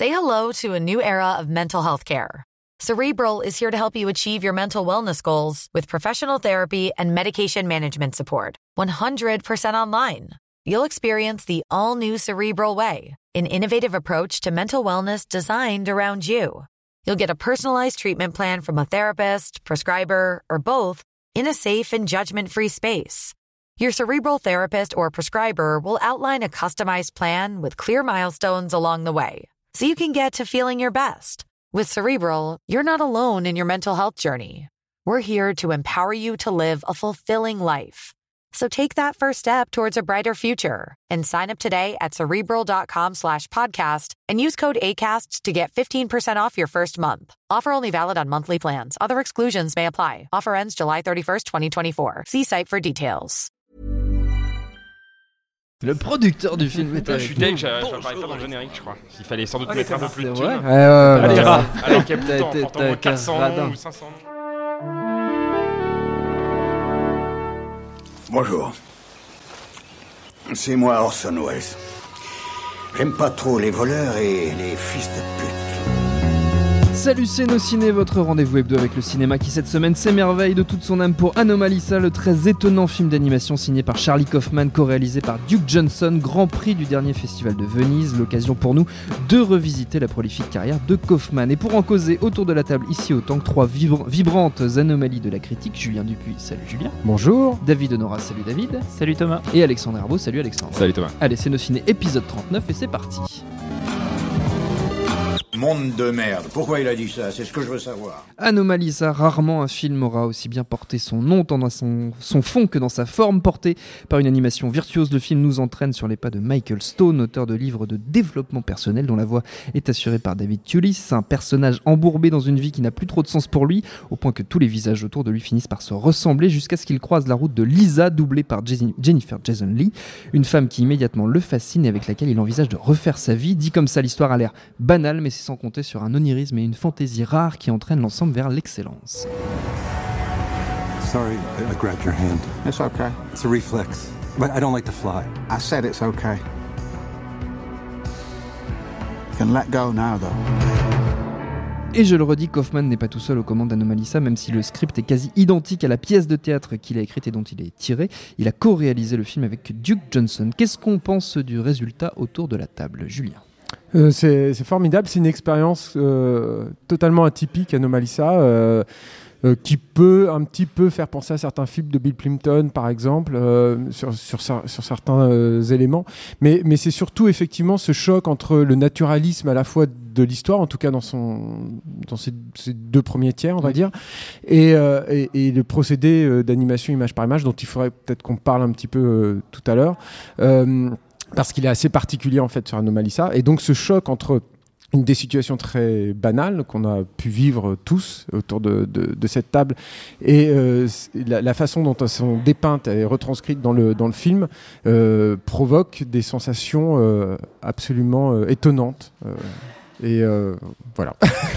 Say hello to a new era of mental health care. Cerebral is here to help you achieve your mental wellness goals with professional therapy and medication management support. 100% online. You'll experience the all-new Cerebral Way, an innovative approach to mental wellness designed around you. You'll get a personalized treatment plan from a therapist, prescriber, or both in a safe and judgment-free space. Your Cerebral therapist or prescriber will outline a customized plan with clear milestones along the way, so you can get to feeling your best. With Cerebral, you're not alone in your mental health journey. We're here to empower you to live a fulfilling life. So take that first step towards a brighter future and sign up today at Cerebral.com/podcast and use code ACAST to get 15% off your first month. Offer only valid on monthly plans. Other exclusions may apply. Offer ends July 31st, 2024. See site for details. Le producteur du film est Je suis deg, j'avais parlé ça dans le générique, je crois. Il fallait sans doute mettre un peu plus de thunes. Alors qu'il y a plus de temps, pourtant moins 400 ou 500. Bonjour. C'est moi Orson Welles. J'aime pas trop les voleurs et les fils de pute. Salut, c'est Nos Ciné, votre rendez-vous hebdo avec le cinéma qui cette semaine s'émerveille de toute son âme pour Anomalisa, le très étonnant film d'animation signé par Charlie Kaufman, co-réalisé par Duke Johnson, Grand Prix du dernier festival de Venise, l'occasion pour nous de revisiter la prolifique carrière de Kaufman. Et pour en causer autour de la table ici autant que trois vibrantes anomalies de la critique, Julien Dupuis, salut Julien. Bonjour. David Honora, salut David. Salut Thomas. Et Alexandre Herbeau, salut Alexandre. Salut Thomas. Allez, c'est Nos Ciné épisode 39 et c'est parti. Monde de merde. Pourquoi il a dit ça? C'est ce que je veux savoir. Anomalisa, rarement un film aura aussi bien porté son nom tant dans son fond que dans sa forme. Porté par une animation virtuose, le film nous entraîne sur les pas de Michael Stone, auteur de livres de développement personnel dont la voix est assurée par David Thewlis, un personnage embourbé dans une vie qui n'a plus trop de sens pour lui, au point que tous les visages autour de lui finissent par se ressembler jusqu'à ce qu'il croise la route de Lisa, doublée par Jennifer Jason Leigh, une femme qui immédiatement le fascine et avec laquelle il envisage de refaire sa vie. Dit comme ça, l'histoire a l'air banale, mais c'est sans compter sur un onirisme et une fantaisie rare qui entraînent l'ensemble vers l'excellence. Sorry, I grabbed your hand. It's okay. It's a reflex, but I don't like to fly. I said it's okay. You can let go now, though. Et je le redis, Kaufman n'est pas tout seul aux commandes d'Anomalisa, même si le script est quasi identique à la pièce de théâtre qu'il a écrite et dont il est tiré. Il a co-réalisé le film avec Duke Johnson. Qu'est-ce qu'on pense du résultat autour de la table, Julien ? C'est formidable, c'est une expérience totalement atypique, Anomalisa, qui peut un petit peu faire penser à certains films de Bill Plympton, par exemple, sur certains éléments. Mais c'est surtout effectivement ce choc entre le naturalisme à la fois de l'histoire, en tout cas dans ses deux premiers tiers, on va dire, et le procédé d'animation image par image, dont il faudrait peut-être qu'on parle un petit peu tout à l'heure. Parce qu'il est assez particulier en fait sur Anomalisa, et donc ce choc entre des situations très banales qu'on a pu vivre tous autour de cette table et la façon dont elles sont dépeintes et retranscrites dans le film provoque des sensations absolument étonnantes et voilà.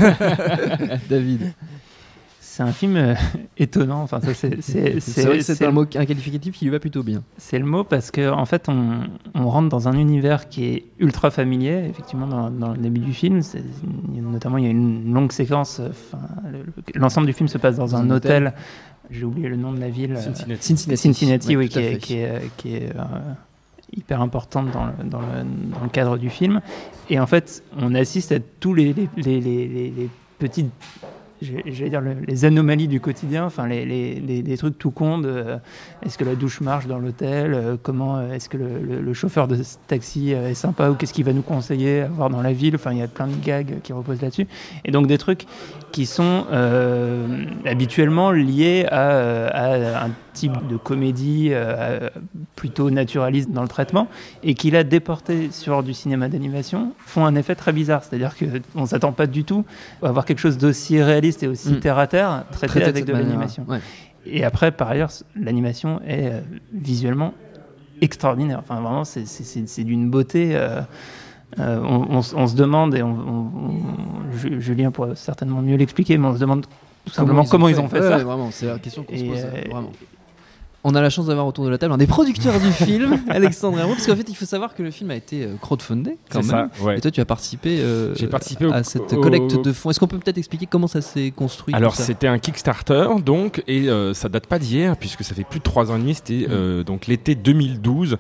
David. C'est un film étonnant. Enfin, ça, c'est vrai que c'est un qualificatif qui lui va plutôt bien. C'est le mot parce que en fait, on rentre dans un univers qui est ultra familier. Effectivement, dans le début du film, notamment, il y a une longue séquence. L'ensemble du film se passe dans un hôtel. J'ai oublié le nom de la ville. Cincinnati, oui, qui est hyper importante dans le cadre du film. Et en fait, on assiste à tous les petites, j'allais dire les anomalies du quotidien, enfin les trucs tout cons de est-ce que la douche marche dans l'hôtel, comment est-ce que le chauffeur de taxi est sympa, ou qu'est-ce qu'il va nous conseiller à voir dans la ville. Enfin, il y a plein de gags qui reposent là-dessus, et donc des trucs qui sont habituellement liés à un type de comédie plutôt naturaliste dans le traitement, et qui là, déporté sur du cinéma d'animation, font un effet très bizarre. C'est-à-dire qu'on ne s'attend pas du tout à avoir quelque chose d'aussi réaliste et aussi terre-à-terre traité avec de l'animation. Ouais. Et après, par ailleurs, l'animation est visuellement extraordinaire. Enfin, vraiment, c'est d'une beauté... on se demande, et Julien pourra certainement mieux l'expliquer, mais on se demande tout simplement comment ils ont fait ça. Ouais, vraiment, c'est la question qu'on se pose, vraiment. On a la chance d'avoir autour de la table un des producteurs du film, Alexandre Hérault, parce qu'en fait, il faut savoir que le film a été crowdfundé quand même. Ça, ouais. Et toi, tu as participé, J'ai participé à cette collecte de fonds. Est-ce qu'on peut peut-être expliquer comment ça s'est construit? Alors, c'était un Kickstarter, donc, et ça date pas d'hier, puisque ça fait plus de 3 ans et demi. C'était donc l'été 2012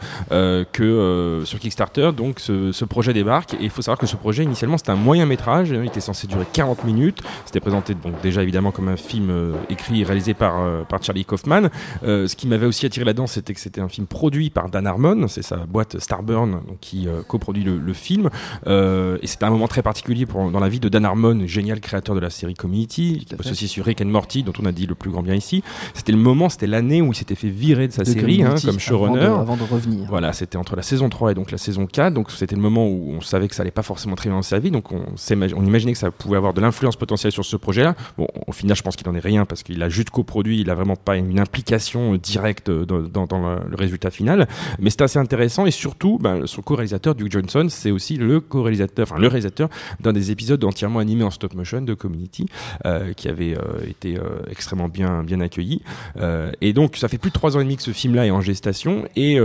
que sur Kickstarter, donc ce projet débarque. Et il faut savoir que ce projet, initialement, c'était un moyen métrage. Il était censé durer 40 minutes. C'était présenté donc déjà évidemment comme un film écrit et réalisé par Charlie Kaufman. Ce qui m'avait aussi attiré là-dedans, c'était que c'était un film produit par Dan Harmon, c'est sa boîte Starburn donc, qui coproduit le film. Et c'était un moment très particulier dans la vie de Dan Harmon, génial créateur de la série Community, qui bosse aussi sur Rick and Morty, dont on a dit le plus grand bien ici. C'était l'année où il s'était fait virer de sa série comme showrunner. Avant de revenir. Voilà, c'était entre la saison 3 et donc la saison 4. Donc c'était le moment où on savait que ça allait pas forcément très bien dans sa vie. Donc on imaginait que ça pouvait avoir de l'influence potentielle sur ce projet-là. Bon, au final, je pense qu'il n'en est rien parce qu'il a juste coproduit. Il a vraiment pas une implication directe dans le résultat final. Mais c'était assez intéressant et surtout, son co-réalisateur Duke Johnson, c'est aussi le réalisateur d'un des épisodes entièrement animés en stop motion de Community, qui avait été extrêmement bien accueilli. Et donc, ça fait plus de 3 ans et demi que ce film-là est en gestation. Et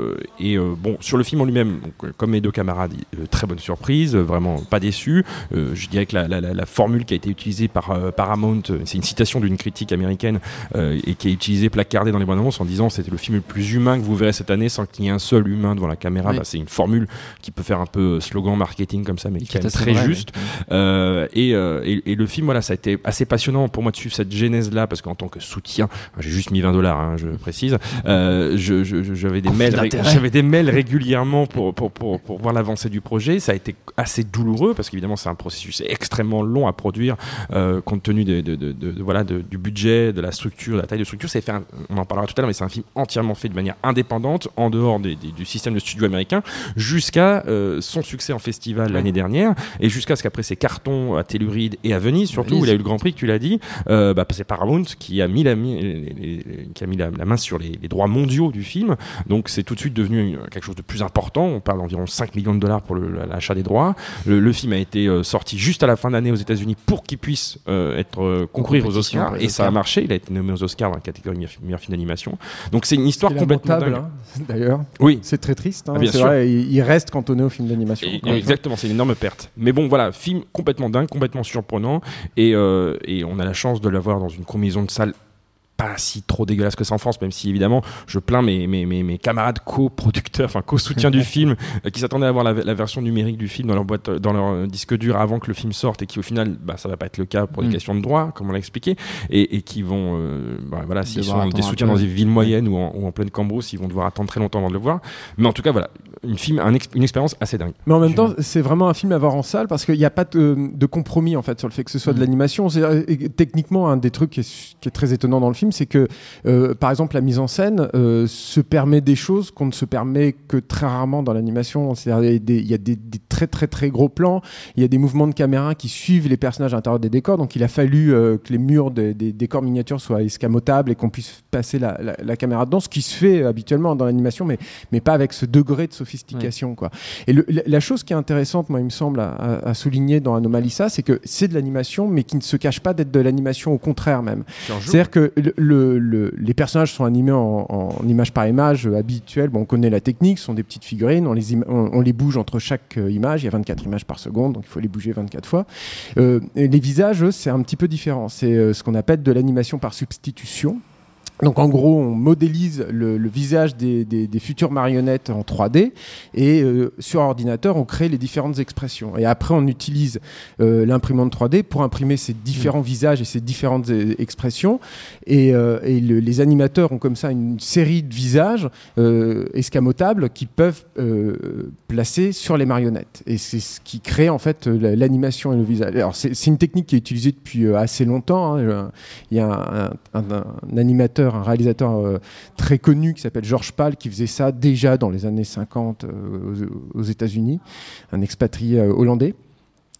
bon, sur le film en lui-même, donc, comme mes 2 camarades, très bonne surprise, vraiment pas déçu. Je dirais que la formule qui a été utilisée par Paramount, c'est une citation d'une critique américaine et qui est utilisée, placardée dans les bandes annonces en disant c'était le film le plus humain que vous verrez cette année sans qu'il y ait un seul humain devant la caméra. Oui. C'est une formule qui peut faire un peu slogan marketing comme ça, mais qui est très juste. Oui. Et le film, voilà, ça a été assez passionnant pour moi de suivre cette genèse-là, parce qu'en tant que soutien, j'ai juste mis $20, je précise, j'avais des mails régulièrement pour voir l'avancée du projet. Ça a été assez douloureux, parce qu'évidemment c'est un processus extrêmement long à produire, compte tenu du budget, de la structure, de la taille de structure. On en parlera tout à l'heure, mais c'est un film entièrement fait de manière indépendante, en dehors du système de studio américain, jusqu'à son succès en festival l'année dernière, et jusqu'à ce qu'après ses cartons à Telluride et à Venise, surtout, où il a eu le Grand Prix, que tu l'as dit, c'est Paramount qui a mis la main sur les droits mondiaux du film. Donc c'est tout de suite devenu quelque chose de plus important. On parle d'environ $5 millions pour l'achat des droits. Le film a été sorti juste à la fin d'année aux États-Unis pour qu'il puisse concourir aux Oscars, et ça a marché. Il a été nommé aux Oscars dans la catégorie meilleur film d'animation. Donc c'est une histoire complètement dingue. D'ailleurs, oui, c'est très triste. Bien c'est sûr. Vrai, il reste cantonné au film d'animation. Exactement, c'est une énorme perte. Mais bon, voilà, film complètement dingue, complètement surprenant, et on a la chance de l'avoir dans une combinaison de salle pas si trop dégueulasse que ça en France, même si évidemment je plains mes camarades co-producteurs, enfin co-soutiens du film, qui s'attendaient à avoir la version numérique du film dans leur boîte, dans leur disque dur avant que le film sorte, et qui au final ça va pas être le cas pour des questions de droit, comme on l'a expliqué, et qui vont s'ils sont des soutiens dans des villes moyennes ou en pleine Cambrousse, ils vont devoir attendre très longtemps avant de le voir. Mais en tout cas voilà, une expérience assez dingue. Mais en même temps, c'est vraiment un film à voir en salle, parce qu'il n'y a pas de compromis en fait sur le fait que ce soit de l'animation. Techniquement, un des trucs qui est très étonnant dans le film, c'est que par exemple la mise en scène se permet des choses qu'on ne se permet que très rarement dans l'animation. C'est-à-dire il y a des très très très gros plans, il y a des mouvements de caméra qui suivent les personnages à l'intérieur des décors, donc il a fallu que les murs des décors miniatures soient escamotables et qu'on puisse passer la caméra dedans, ce qui se fait habituellement dans l'animation, mais pas avec ce degré de sophistication, quoi. Et la chose qui est intéressante, moi il me semble, à souligner dans Anomalisa, c'est que c'est de l'animation, mais qui ne se cache pas d'être de l'animation, au contraire même. C'est-à-dire que les personnages sont animés en image par image habituelle. On connaît la technique, ce sont des petites figurines, on les bouge entre chaque image, il y a 24 images par seconde, donc il faut les bouger 24 fois. Et les visages, c'est un petit peu différent, c'est ce qu'on appelle de l'animation par substitution. Donc en gros, on modélise le visage des futures marionnettes en 3D, et sur ordinateur, on crée les différentes expressions. Et après, on utilise l'imprimante 3D pour imprimer ces différents visages et ces différentes expressions. Et les animateurs ont comme ça une série de visages escamotables qu'ils peuvent placer sur les marionnettes. Et c'est ce qui crée en fait l'animation et le visage. Alors c'est une technique qui est utilisée depuis assez longtemps. Il y a un animateur, un réalisateur très connu qui s'appelle George Pal, qui faisait ça déjà dans les années 50 aux États-Unis, un expatrié hollandais.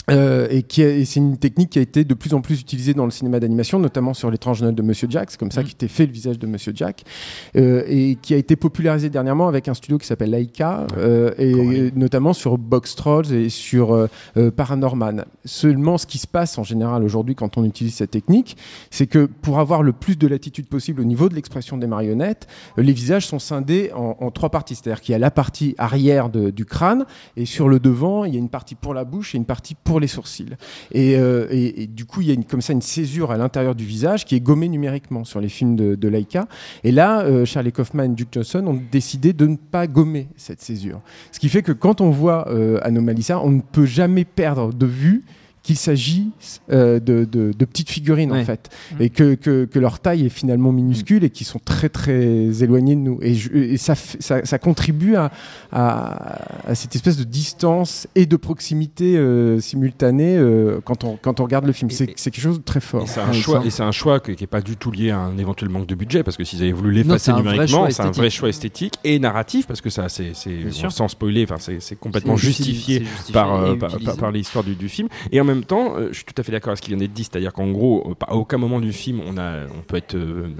Et c'est une technique qui a été de plus en plus utilisée dans le cinéma d'animation, notamment sur l'étrange Noël de Monsieur Jack, c'est comme ça qu'était fait le visage de Monsieur Jack, et qui a été popularisé dernièrement avec un studio qui s'appelle Laika, et notamment sur Box Trolls et sur Paranorman. Seulement, ce qui se passe en général aujourd'hui quand on utilise cette technique, c'est que pour avoir le plus de latitude possible au niveau de l'expression des marionnettes, les visages sont scindés en 3 parties, c'est-à-dire qu'il y a la partie arrière du crâne, et sur le devant, il y a une partie pour la bouche et une partie pour les sourcils. Et du coup, il y a comme ça une césure à l'intérieur du visage qui est gommée numériquement sur les films de Laika. Et là, Charlie Kaufman et Duke Johnson ont décidé de ne pas gommer cette césure. Ce qui fait que quand on voit Anomalisa, on ne peut jamais perdre de vue qu'il s'agit de petites figurines en fait, et que leur taille est finalement minuscule et qu'ils sont très très éloignés de nous, et ça contribue à cette espèce de distance et de proximité simultanée quand on regarde le film. C'est quelque chose de très fort. Et c'est un choix qui n'est pas du tout lié à un éventuel manque de budget, parce que s'ils avaient voulu l'effacer numériquement, c'est un vrai choix esthétique et narratif, parce que ça c'est sans spoiler, c'est complètement justifié par l'histoire du film. Et en même temps, je suis tout à fait d'accord avec ce qui vient d'être dit, c'est-à-dire qu'en gros, à aucun moment du film on peut être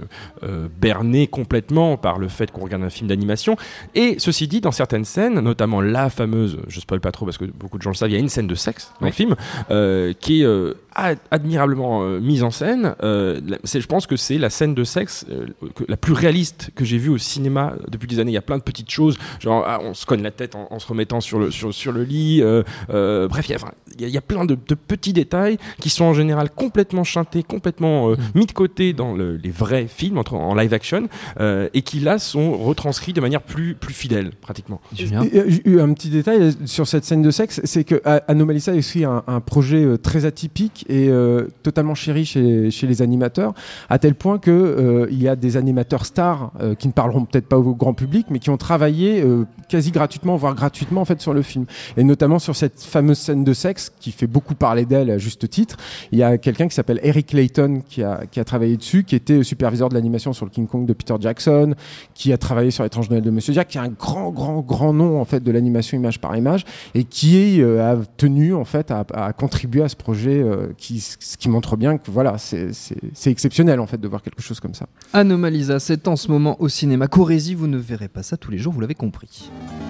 berné complètement par le fait qu'on regarde un film d'animation. Et ceci dit, dans certaines scènes, notamment la fameuse, je spoil pas trop parce que beaucoup de gens le savent, il y a une scène de sexe dans le film qui est admirablement mise en scène. Je pense que c'est la scène de sexe la plus réaliste que j'ai vue au cinéma depuis des années. Il y a plein de petites choses, genre on se cogne la tête en se remettant sur le lit, bref, il y a plein de petits détails qui sont en général complètement chantés, complètement mis de côté dans les vrais films en live action, et qui là sont retranscrits de manière plus fidèle pratiquement. Un petit détail sur cette scène de sexe, c'est que Anomalisa est aussi un projet très atypique et totalement chéri chez les animateurs, à tel point que il y a des animateurs stars qui ne parleront peut-être pas au grand public, mais qui ont travaillé quasi gratuitement, voire gratuitement en fait sur le film, et notamment sur cette fameuse scène de sexe qui fait beaucoup parler d'elle à juste titre. Il y a quelqu'un qui s'appelle Eric Layton qui a travaillé dessus, qui était superviseur de l'animation sur le King Kong de Peter Jackson, qui a travaillé sur l'étrange Noël de Monsieur Jack, qui est un grand nom en fait de l'animation image par image, et qui a tenu en fait à contribuer à ce projet, ce qui montre bien que voilà, c'est exceptionnel en fait de voir quelque chose comme ça. Anomalisa, c'est en ce moment au cinéma. Corésie, vous ne verrez pas ça tous les jours, vous l'avez compris.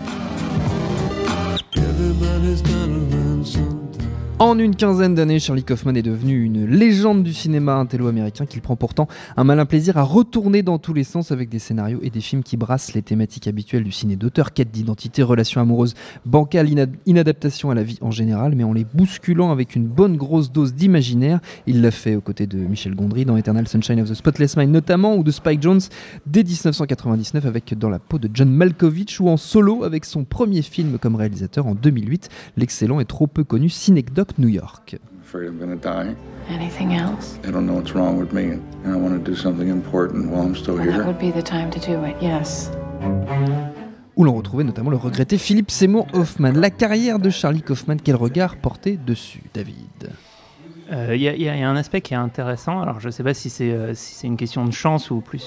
En une quinzaine d'années, Charlie Kaufman est devenu une légende du cinéma intello-américain qu'il prend pourtant un malin plaisir à retourner dans tous les sens avec des scénarios et des films qui brassent les thématiques habituelles du ciné d'auteur, quête d'identité, relations amoureuses bancales, inadaptation à la vie en général, mais en les bousculant avec une bonne grosse dose d'imaginaire. Il l'a fait aux côtés de Michel Gondry dans Eternal Sunshine of the Spotless Mind notamment, ou de Spike Jonze dès 1999 avec Dans la peau de John Malkovich, ou en solo avec son premier film comme réalisateur en 2008, l'excellent et trop peu connu Synecdoche New York. Afraid I'm gonna die. Anything else? I don't know what's wrong with me, and I want to do something important while I'm still here. That would be the time to do it, yes. Où l'on retrouvait notamment le regretté Philip Seymour Hoffman. La carrière de Charlie Kaufman, quel regard portait dessus, David ? Il y a un aspect qui est intéressant. Alors je ne sais pas si c'est une question de chance ou plus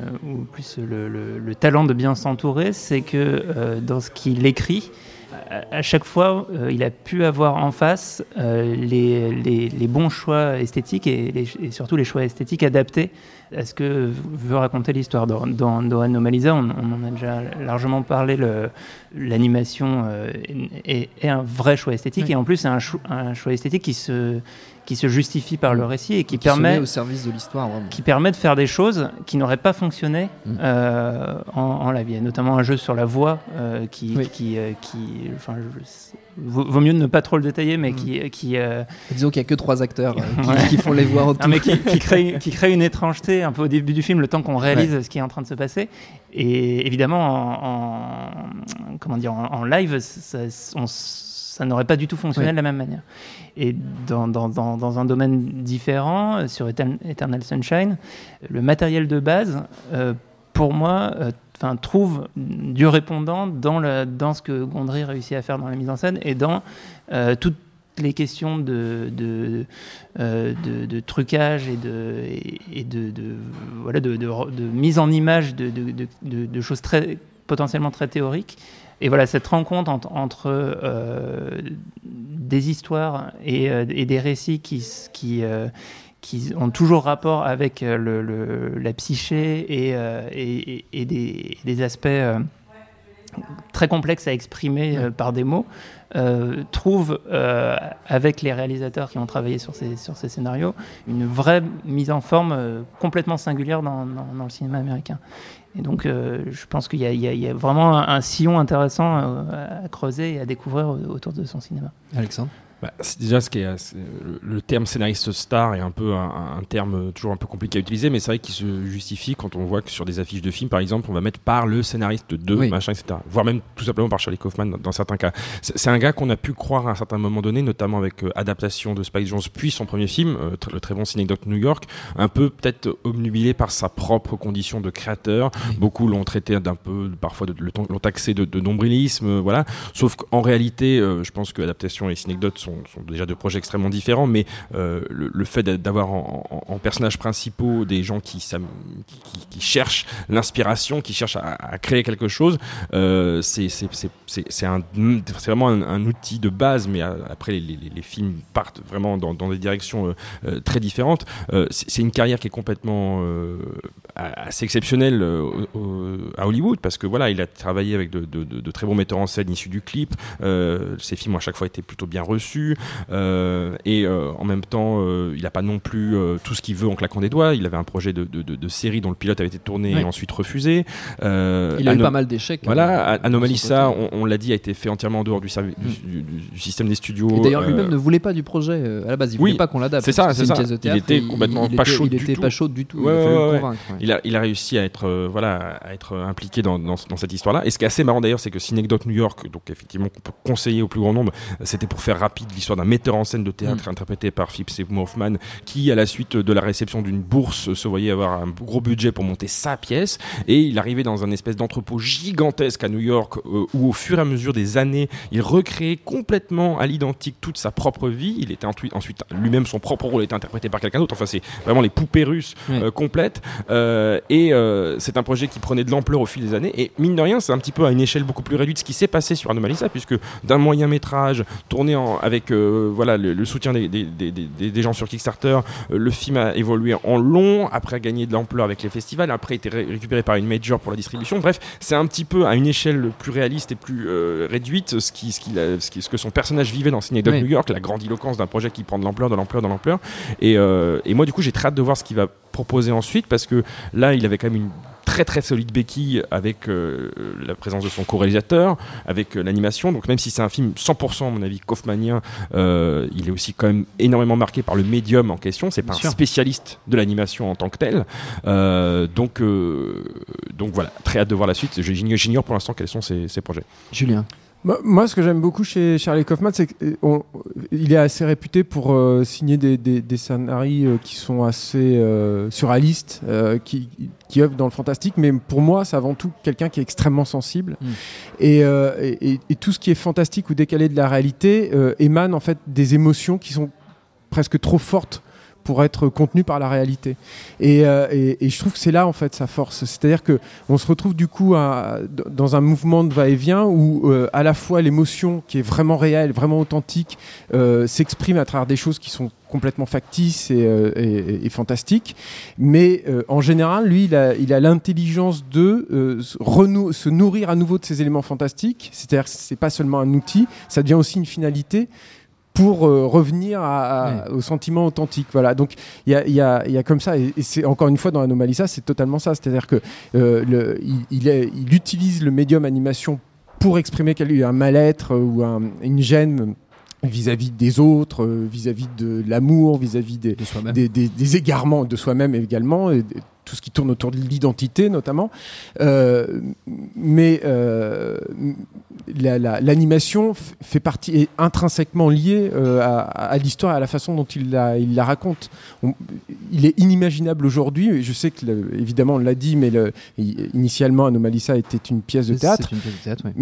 le talent de bien s'entourer. C'est que dans ce qu'il écrit, à chaque fois, il a pu avoir en face les bons choix esthétiques et surtout les choix esthétiques adaptés à ce que veut raconter l'histoire. Dans Anomalisa, on en a déjà largement parlé, l'animation est un vrai choix esthétique, et en plus c'est un choix esthétique qui se justifie par le récit et qui permet, au service de l'histoire, vraiment. Qui permet de faire des choses qui n'auraient pas fonctionné en live. Il y a notamment un jeu sur la voix vaut mieux de ne pas trop le détailler, mais disons qu'il n'y a que 3 acteurs qui font les voix en tout. Mais qui crée une étrangeté un peu au début du film, le temps qu'on réalise ce qui est en train de se passer. Et évidemment, en live, ça n'aurait pas du tout fonctionné de la même manière. Et dans un domaine différent, sur Eternal Sunshine, le matériel de base, pour moi, trouve du répondant dans ce que Gondry réussit à faire dans la mise en scène et dans toutes les questions de trucage et de mise en image de choses potentiellement très théoriques. Et voilà, cette rencontre entre des histoires et des récits qui ont toujours rapport avec la psyché et des aspects très complexes à exprimer par des mots, trouve avec les réalisateurs qui ont travaillé sur ces scénarios une vraie mise en forme complètement singulière dans le cinéma américain. Et donc je pense qu'il y a vraiment un sillon intéressant à creuser et à découvrir autour de son cinéma. Alexandre ? Déjà, le terme scénariste star est un peu un terme toujours un peu compliqué à utiliser, mais c'est vrai qu'il se justifie quand on voit que sur des affiches de films, par exemple, on va mettre par le scénariste de machin, etc. Voire même tout simplement par Charlie Kaufman dans certains cas. C'est un gars qu'on a pu croire à un certain moment donné, notamment avec adaptation de Spike Jonze, puis son premier film, le très bon Synecdoche New York, un peu peut-être obnubilé par sa propre condition de créateur. Beaucoup l'ont traité d'un peu, parfois l'ont taxé de nombrilisme, voilà. Sauf qu'en réalité, je pense que adaptation et Synecdoche sont déjà deux projets extrêmement différents, mais le fait d'avoir en personnages principaux des gens qui cherchent l'inspiration, qui cherchent à créer quelque chose, c'est vraiment un outil de base, mais après les films partent vraiment dans des directions très différentes. C'est une carrière qui est complètement assez exceptionnelle à Hollywood, parce que voilà, il a travaillé avec de très bons metteurs en scène issus du clip. Ses films ont à chaque fois été plutôt bien reçus. Et en même temps, il n'a pas non plus tout ce qu'il veut en claquant des doigts. Il avait un projet de série dont le pilote avait été tourné et ensuite refusé. Il a eu pas mal d'échecs. Voilà, Anomalisa, on l'a dit, a été fait entièrement en dehors du système des studios. Et d'ailleurs, lui-même ne voulait pas du projet. À la base, il voulait pas qu'on l'adapte. C'est ça. Une pièce de théâtre, il était complètement pas chaud du tout. Il était pas chaud du tout. Il a fallu le convaincre. Il a réussi à être impliqué dans cette histoire-là. Et ce qui est assez marrant d'ailleurs, c'est que Synecdoche New York, donc effectivement, qu'on peut conseiller au plus grand nombre, c'était pour faire rapide l'histoire d'un metteur en scène de théâtre interprété par Philip Seymour Hoffman, qui à la suite de la réception d'une bourse se voyait avoir un gros budget pour monter sa pièce, et il arrivait dans un espèce d'entrepôt gigantesque à New York où au fur et à mesure des années il recréait complètement à l'identique toute sa propre vie. Il était ensuite lui-même, son propre rôle était interprété par quelqu'un d'autre. Enfin, c'est vraiment les poupées russes complètes, et c'est un projet qui prenait de l'ampleur au fil des années, et mine de rien c'est un petit peu à une échelle beaucoup plus réduite ce qui s'est passé sur Anomalisa, puisque d'un moyen métrage tourné avec le soutien des gens sur Kickstarter, le film a évolué en long, après a gagné de l'ampleur avec les festivals, après a été récupéré par une major pour la distribution. Bref, c'est un petit peu à une échelle plus réaliste et plus réduite ce que son personnage vivait dans Synecdoche New York, la grandiloquence d'un projet qui prend de l'ampleur. Et moi du coup j'ai très hâte de voir ce qu'il va proposer ensuite, parce que là il avait quand même une très très solide béquille avec la présence de son co-réalisateur, avec l'animation. Donc même si c'est un film 100% à mon avis kaufmanien, il est aussi quand même énormément marqué par le médium en question. C'est pas un spécialiste de l'animation en tant que tel. Donc voilà, très hâte de voir la suite. J'ignore pour l'instant quels sont ses projets. Julien. Moi, ce que j'aime beaucoup chez Charlie Kaufman, c'est qu'il est assez réputé pour signer des scénarios qui sont assez surréalistes, qui œuvrent dans le fantastique. Mais pour moi, c'est avant tout quelqu'un qui est extrêmement sensible. Et tout ce qui est fantastique ou décalé de la réalité émane en fait des émotions qui sont presque trop fortes pour être contenu par la réalité. Et je trouve que c'est là en fait sa force. C'est-à-dire qu'on se retrouve du coup dans un mouvement de va-et-vient où à la fois l'émotion qui est vraiment réelle, vraiment authentique, s'exprime à travers des choses qui sont complètement factices et fantastiques. Mais en général, lui, il a l'intelligence de se nourrir à nouveau de ces éléments fantastiques. C'est-à-dire que c'est pas seulement un outil, ça devient aussi une finalité pour revenir au sentiment authentique. Voilà. Donc il y a comme ça, et c'est encore une fois dans Anomalisa, c'est totalement ça. C'est-à-dire que il utilise le médium animation pour exprimer un mal-être ou une gêne vis-à-vis des autres, vis-à-vis de l'amour, vis-à-vis des égarements de soi-même également, et tout ce qui tourne autour de l'identité notamment. Mais l'animation fait partie, est intrinsèquement liée à l'histoire et à la façon dont il la raconte. Il est inimaginable aujourd'hui, je sais que évidemment on l'a dit, mais initialement Anomalisa était une pièce de théâtre, c'est une pièce de théâtre, mais c'est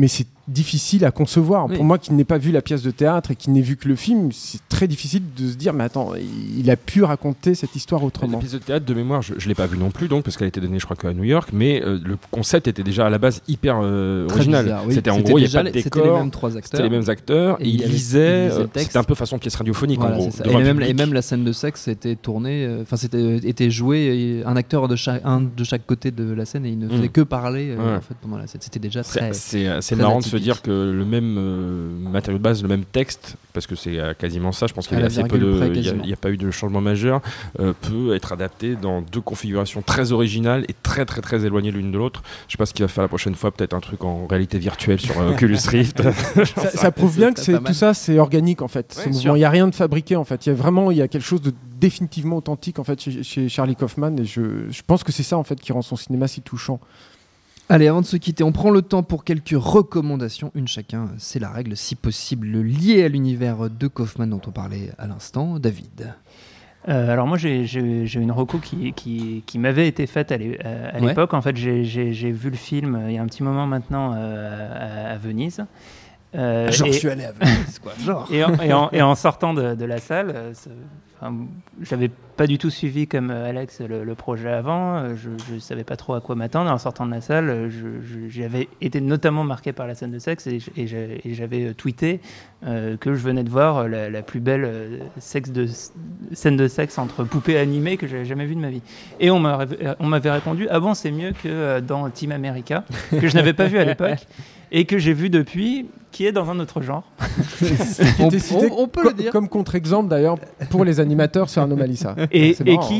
difficile à concevoir. Oui. Pour moi qui n'ai pas vu la pièce de théâtre et qui n'ai vu que le film, c'est très difficile de se dire mais attends, il a pu raconter cette histoire autrement. La pièce de théâtre de mémoire, je l'ai pas vue non plus donc parce qu'elle a été donnée je crois qu'à New York, mais le concept était déjà à la base hyper original. Bizarre, oui. C'était en gros il n'y a pas de C'était décor, les mêmes 3 acteurs. c'était les mêmes acteurs et ils lisaient le texte. C'était un peu façon pièce radiophonique voilà, en gros. Et même la scène de sexe était tournée, était jouée un acteur de chaque côté de la scène et il ne faisait que parler en fait pendant la scène. C'était déjà très. C'est très marrant atypique. de se dire que le même matériau de base, le même texte, parce que c'est quasiment ça. Je pense qu'il y a assez peu il n'y a pas eu de changement majeur, peut être adapté dans 2 configurations très originales et très très très éloignées l'une de l'autre. Je sais pas ce qu'il va faire la prochaine fois, peut-être un truc en réalité virtuelle sur Oculus Rift. ça prouve bien que tout ça c'est organique en fait. Ouais, Il n'y a rien de fabriqué en fait. Il y a quelque chose de définitivement authentique en fait chez Charlie Kaufman et je pense que c'est ça en fait qui rend son cinéma si touchant. Allez, avant de se quitter, on prend le temps pour quelques recommandations, une chacun, c'est la règle, si possible liée à l'univers de Kaufman dont on parlait à l'instant. David. Alors moi j'ai une reco qui m'avait été faite à l'époque. En fait j'ai vu le film il y a un petit moment maintenant à Venise. Je suis allé à Venise, quoi. Genre. Et en sortant de la salle, j'avais pas du tout suivi comme Alex le projet avant. Je savais pas trop à quoi m'attendre. En sortant de la salle, j'avais été notamment marqué par la scène de sexe et j'avais tweeté que je venais de voir la plus belle scène de sexe entre poupées animées que j'avais jamais vue de ma vie. Et on m'avait répondu « Ah bon, c'est mieux que dans Team America », que je n'avais pas vu à l'époque et que j'ai vu depuis, qui est dans un autre genre. on peut le dire. Comme contre-exemple d'ailleurs pour les animateurs sur Anomalisa. Et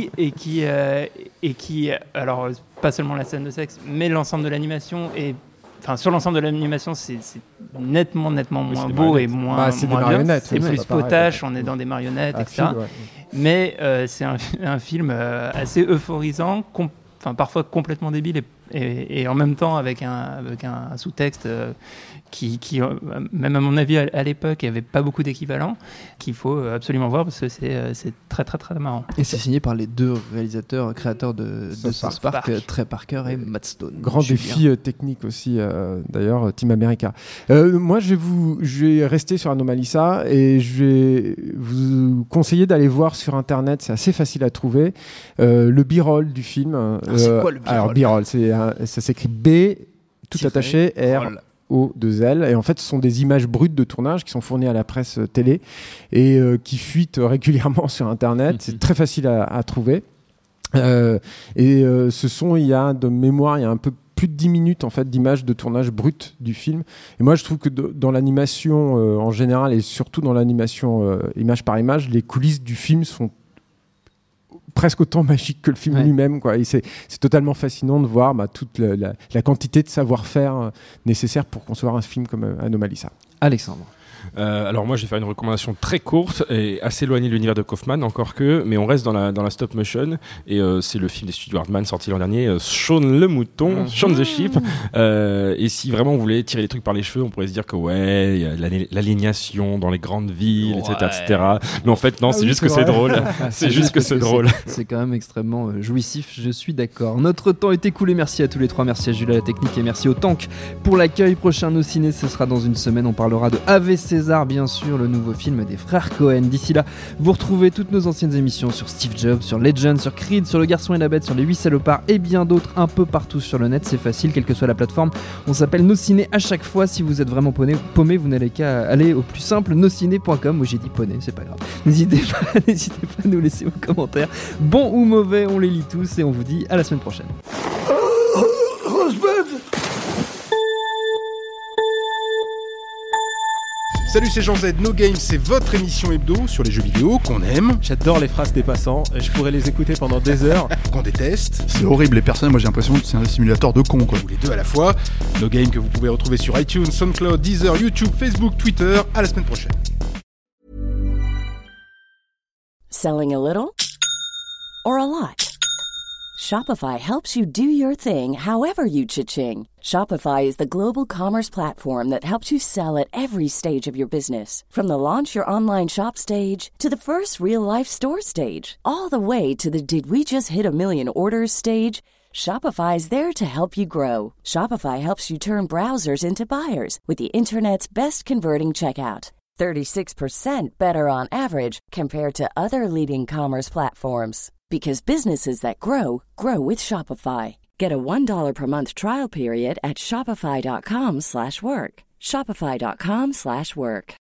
qui, alors pas seulement la scène de sexe, mais l'ensemble de l'animation sur l'ensemble de l'animation, c'est nettement moins beau et moins c'est moins des bien. C'est plus pareil, potache, on est dans des marionnettes, etc. Fil, ouais. Mais c'est un film assez euphorisant, parfois complètement débile et en même temps avec un sous-texte qui même à mon avis à l'époque, il n'y avait pas beaucoup d'équivalents, qu'il faut absolument voir parce que c'est très très très marrant. Et c'est signé par les 2 créateurs de South Park, Trey Parker et Matt Stone. Grand défi technique aussi, d'ailleurs, Team America. Moi, je vais rester sur Anomalisa et je vais vous conseiller d'aller voir sur Internet, c'est assez facile à trouver, le b-roll du film. C'est quoi le b-roll ? Alors, b-roll, ça s'écrit B, tout attaché, R. O2L, et en fait ce sont des images brutes de tournage qui sont fournies à la presse télé et qui fuitent régulièrement sur internet. C'est très facile à trouver il y a de mémoire il y a un peu plus de 10 minutes en fait d'images de tournage brutes du film, et moi je trouve que dans l'animation en général et surtout dans l'animation image par image, les coulisses du film sont presque autant magique que le film lui-même, quoi. Et c'est totalement fascinant de voir toute la quantité de savoir-faire nécessaire pour concevoir un film comme Anomalisa. Alexandre. Alors moi je vais faire une recommandation très courte et assez éloignée de l'univers de Kaufman encore que, mais on reste dans la stop motion et c'est le film des studios Hardman sorti l'an dernier, Shaun le mouton, Shaun the Sheep, et si vraiment on voulait tirer les trucs par les cheveux, on pourrait se dire que ouais, il y a l'aliénation dans les grandes villes, etc. Mais en fait non, c'est juste que c'est drôle. C'est juste que c'est drôle. C'est quand même extrêmement jouissif, je suis d'accord. Notre temps est écoulé, merci à tous les 3, merci à Jules à la technique et merci au Tank pour l'accueil. Prochain Nos Ciné, ce sera dans une semaine, on parlera de Ave César, bien sûr, le nouveau film des frères Cohen. D'ici là, vous retrouvez toutes nos anciennes émissions sur Steve Jobs, sur Legend, sur Creed, sur Le Garçon et la Bête, sur Les 8 Salopards et bien d'autres un peu partout sur le net. C'est facile, quelle que soit la plateforme. On s'appelle Nos Ciné à chaque fois. Si vous êtes vraiment paumé, vous n'allez qu'à aller au plus simple, nosciné.com. Moi j'ai dit poney, c'est pas grave. N'hésitez pas à nous laisser vos commentaires. Bon ou mauvais, on les lit tous et on vous dit à la semaine prochaine. Salut, c'est Jean Z, No Game, c'est votre émission hebdo sur les jeux vidéo qu'on aime. J'adore les phrases des passants, je pourrais les écouter pendant des heures. Qu'on déteste. C'est horrible, les personnes, moi j'ai l'impression que c'est un simulateur de con, quoi. Ou les deux à la fois. No Game que vous pouvez retrouver sur iTunes, SoundCloud, Deezer, YouTube, Facebook, Twitter. À la semaine prochaine. Selling a little or a lot? Shopify helps you do your thing however you cha-ching. Shopify is the global commerce platform that helps you sell at every stage of your business. From the launch your online shop stage to the first real life store stage, all the way to the did we just hit a million orders stage. Shopify is there to help you grow. Shopify helps you turn browsers into buyers with the internet's best converting checkout. 36% better on average compared to other leading commerce platforms. Because businesses that grow, grow with Shopify. Get a $1 per month trial period at shopify.com/work. Shopify.com/work.